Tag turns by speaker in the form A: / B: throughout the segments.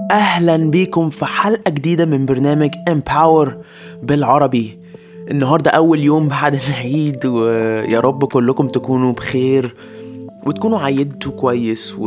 A: أهلا بيكم في حلقة جديدة من برنامج Empower بالعربي. النهاردة أول يوم بعد العيد، ويا رب كلكم تكونوا بخير وتكونوا عيدتوا كويس.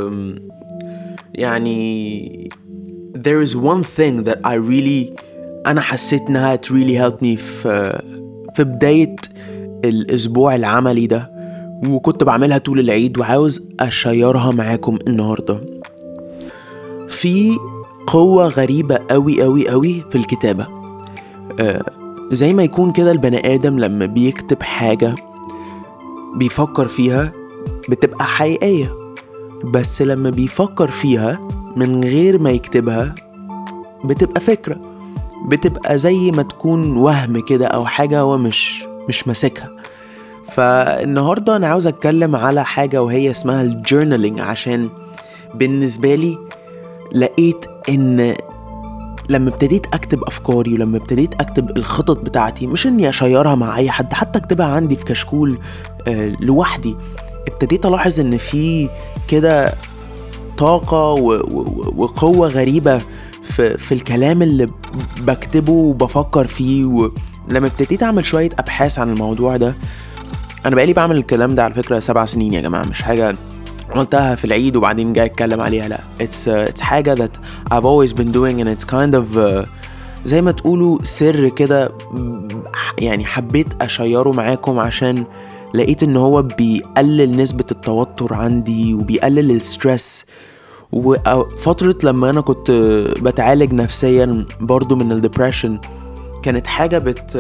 A: يعني there is one thing that أنا حسيت إنها it really helped me في بداية الأسبوع العملي ده، وكنت بعملها طول العيد وعاوز أشيرها معاكم النهاردة. في قوة غريبة قوي قوي قوي في الكتابة. زي ما يكون كده البني آدم لما بيكتب حاجة بيفكر فيها بتبقى حقيقية، بس لما بيفكر فيها من غير ما يكتبها بتبقى فكرة، بتبقى زي ما تكون وهم كده أو حاجة هو مش ماسكها. فالنهاردة أنا عاوز أتكلم على حاجة وهي اسمها الجورنالينج، عشان بالنسبة لي لقيت ان لما ابتديت اكتب افكاري ولما ابتديت اكتب الخطط بتاعتي، مش اني اشيرها مع اي حد، حتى اكتبها عندي في كشكول لوحدي، ابتديت الاحظ ان في كده طاقة وقوة غريبة في الكلام اللي بكتبه وبفكر فيه. ولما ابتديت اعمل شوية ابحاث عن الموضوع ده، انا بقالي بعمل الكلام ده على فكرة 7 سنين يا جماعة، مش حاجة عملتها في العيد وبعدين جاي اتكلم عليها، لا it's حاجة that I've always been doing, and it's kind of زي ما تقولوا سر كده. يعني حبيت اشيره معاكم عشان لقيت ان هو بيقلل نسبة التوتر عندي وبيقلل السترس. وفترة لما انا كنت بتعالج نفسيا برضو من الديبريشن، كانت حاجة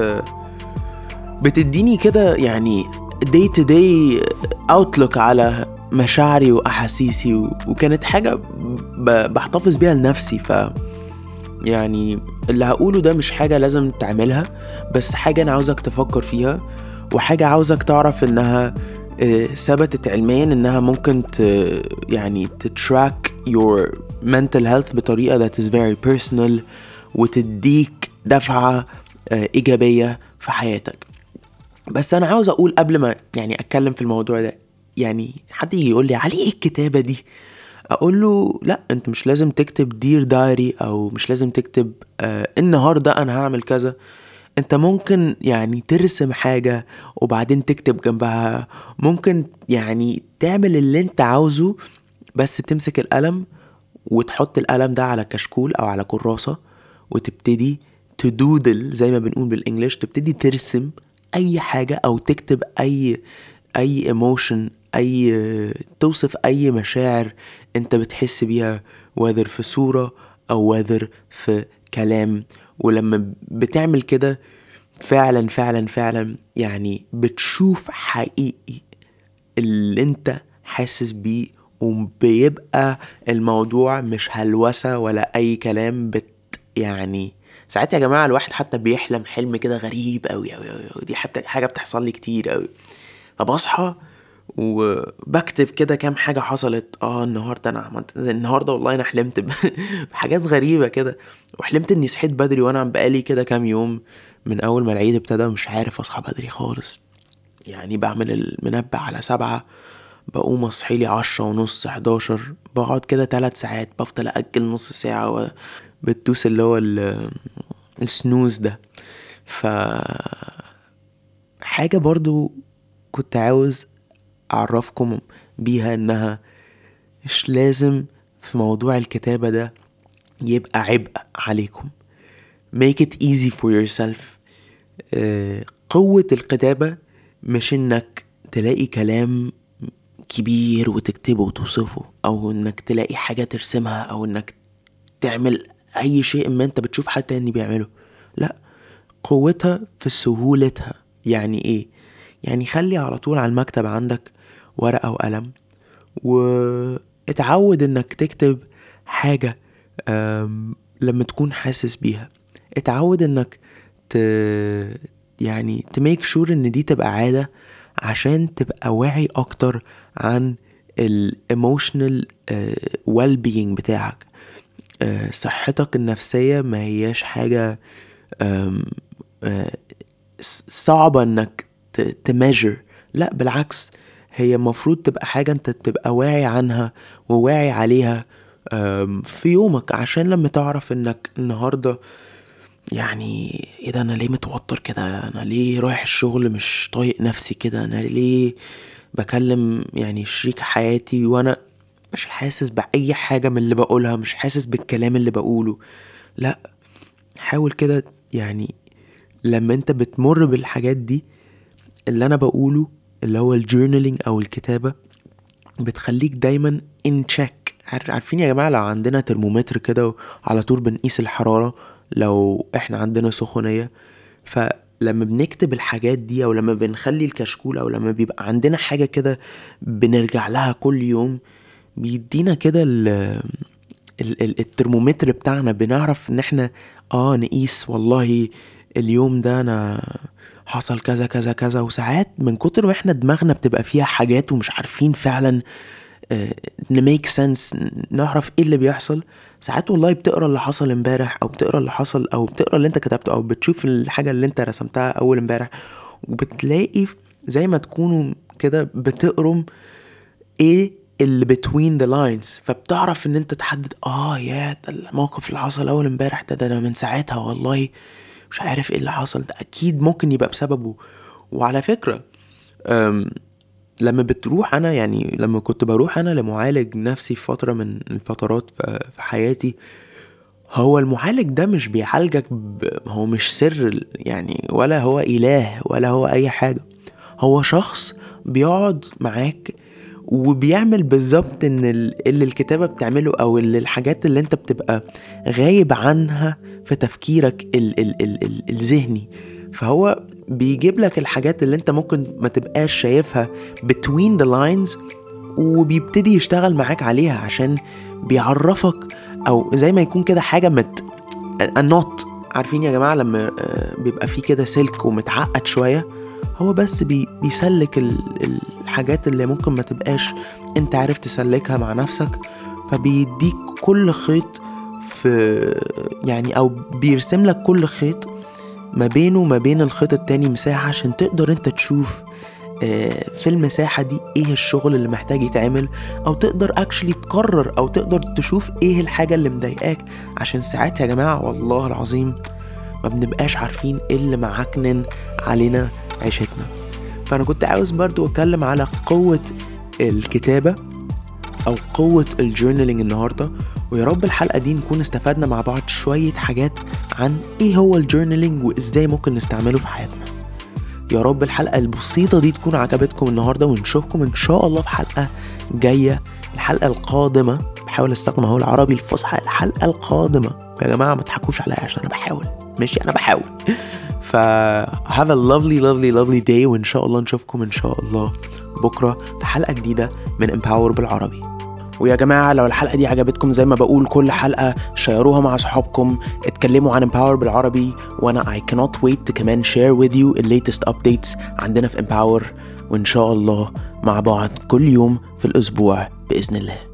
A: بتديني كده يعني day to day outlook على مشاعري وأحاسيسي، وكانت حاجة بحتفظ بيها لنفسي. يعني اللي هقوله ده مش حاجة لازم تعملها، بس حاجة أنا عاوزك تفكر فيها، وحاجة عاوزك تعرف إنها ثبتت علميا إنها ممكن يعني تتراك your mental health بطريقة that is very personal، وتديك دفعة إيجابية في حياتك. بس أنا عاوز أقول قبل ما يعني أتكلم في الموضوع ده، يعني حد يجي يقول لي عليه ايه الكتابة دي، اقول له لا، انت مش لازم تكتب دير دايري، او مش لازم تكتب النهاردة انا هعمل كذا. انت ممكن يعني ترسم حاجة وبعدين تكتب جنبها، ممكن يعني تعمل اللي انت عاوزه، بس تمسك القلم وتحط القلم ده على كشكول او على كراسة وتبتدي تدودل زي ما بنقول بالانجليش، تبتدي ترسم اي حاجة او تكتب اي emotion، توصف اي مشاعر انت بتحس بيها، whether في صورة او whether في كلام. ولما بتعمل كده فعلا فعلا فعلا يعني بتشوف حقيقي اللي انت حاسس بيه، وبيبقى الموضوع مش هلوسة ولا اي كلام. يعني ساعات يا جماعة الواحد حتى بيحلم حلم كده غريب قوي قوي قوي، دي حتى حاجة بتحصل لي كتير قوي. فبصحى وبكتب كده كام حاجة حصلت. النهاردة انا عملت النهاردة، والله انا حلمت بحاجات غريبة كده، وحلمت اني صحيت بدري وانا بقالي كده كام يوم من اول ما العيد ابتدى مش عارف اصحى بدري خالص. يعني بعمل المنبه على 7، بقوم اصحيلي 10:30 11، بقعد كده 3 ساعات، بفضل اجل نص ساعة بتدوس اللي هو السنوز ده. حاجة برضو كنت عاوز اعرفكم بيها، انها مش لازم في موضوع الكتابة ده يبقى عبء عليكم. make it easy for yourself. قوة الكتابة مش انك تلاقي كلام كبير وتكتبه وتوصفه، او انك تلاقي حاجة ترسمها، او انك تعمل اي شيء ما انت بتشوف حد تاني بيعمله. لا، قوتها في سهولتها. يعني ايه؟ يعني خلي على طول على المكتب عندك ورقة وقلم، واتعود انك تكتب حاجة لما تكون حاسس بيها. اتعود انك ت يعني تميك شور ان دي تبقى عادة، عشان تبقى واعي اكتر عن الايموشنال well being بتاعك. صحتك النفسية ما هياش حاجة صعبة انك تميجر، لا بالعكس، هي مفروض تبقى حاجة انت تبقى واعي عنها وواعي عليها في يومك، عشان لما تعرف انك النهاردة يعني ايه ده، انا ليه متوتر كده، انا ليه رايح الشغل مش طايق نفسي كده، انا ليه بكلم يعني شريك حياتي وانا مش حاسس بأي حاجة من اللي بقولها، مش حاسس بالكلام اللي بقوله. لا، حاول كده يعني لما انت بتمر بالحاجات دي، اللي انا بقوله اللي هو الجورنالينج او الكتابة بتخليك دايما ان تشيك. عارفين يا جماعة لو عندنا ترمومتر كده على طول بنقيس الحرارة لو احنا عندنا سخونية، فلما بنكتب الحاجات دي او لما بنخلي الكشكول او لما بيبقى عندنا حاجة كده بنرجع لها كل يوم، بيدينا كده الترمومتر بتاعنا، بنعرف ان احنا نقيس والله اليوم ده انا حصل كذا كذا كذا. وساعات من كتر ما احنا دماغنا بتبقى فيها حاجات ومش عارفين فعلا نميك سنس، نعرف ايه اللي بيحصل. ساعات والله بتقرا اللي حصل امبارح، او بتقرا اللي حصل، او بتقرا اللي انت كتبته، او بتشوف الحاجة اللي انت رسمتها اول امبارح، وبتلاقي زي ما تكونوا كده بتقرم ايه اللي between the lines، فبتعرف ان انت تحدد يا ده الموقف اللي حصل اول امبارح ده انا من ساعتها والله مش عارف ايه اللي حصل ده، اكيد ممكن يبقى بسببه. وعلى فكرة لما بتروح انا يعني لما كنت بروح انا لمعالج نفسي في فترة من الفترات في حياتي، هو المعالج ده مش بيعالجك هو مش سر يعني، ولا هو اله ولا هو اي حاجة. هو شخص بيقعد معاك وبيعمل بالظبط ان اللي الكتابة بتعمله، او اللي الحاجات اللي انت بتبقى غايب عنها في تفكيرك الذهني، فهو بيجيب لك الحاجات اللي انت ممكن ما تبقاش شايفها between the lines، وبيبتدي يشتغل معاك عليها عشان بيعرفك، او زي ما يكون كده حاجة النوت. عارفين يا جماعة لما بيبقى فيه كده سلك ومتعقد شوية، هو بس بيسلك الحاجات اللي ممكن ما تبقاش انت عارف تسلكها مع نفسك، فبيديك كل خيط في يعني، او بيرسم لك كل خيط ما بينه وما بين الخيط التاني مساحة، عشان تقدر انت تشوف في المساحة دي ايه الشغل اللي محتاج يتعمل، او تقدر اكشلي تقرر، او تقدر تشوف ايه الحاجة اللي مضايقاك. عشان ساعات يا جماعة والله العظيم ما بنبقاش عارفين ايه اللي معكنن علينا عيشتنا. فانا كنت عاوز برضو اتكلم على قوة الكتابة او قوة الجورنالينج النهاردة، ويا رب الحلقة دي نكون استفدنا مع بعض شوية حاجات عن ايه هو الجورنالينج وازاي ممكن نستعمله في حياتنا. يا رب الحلقة البسيطة دي تكون عجبتكم النهاردة، ونشوفكم ان شاء الله في حلقة جاية، الحلقة القادمة. بحاول استخدم اهو العربي الفصحى، الحلقة القادمة يا جماعة ما تضحكوش عليا عشان انا بحاول، ماشي انا بحاول. have a lovely day، وإن شاء الله نشوفكم إن شاء الله بكرة في حلقة جديدة من امباور بالعربي. ويا جماعة لو الحلقة دي عجبتكم زي ما بقول كل حلقة، شيروها مع صحابكم، اتكلموا عن امباور بالعربي، وانا I cannot wait to كمان share with you the latest updates عندنا في امباور، وإن شاء الله مع بعض كل يوم في الأسبوع بإذن الله.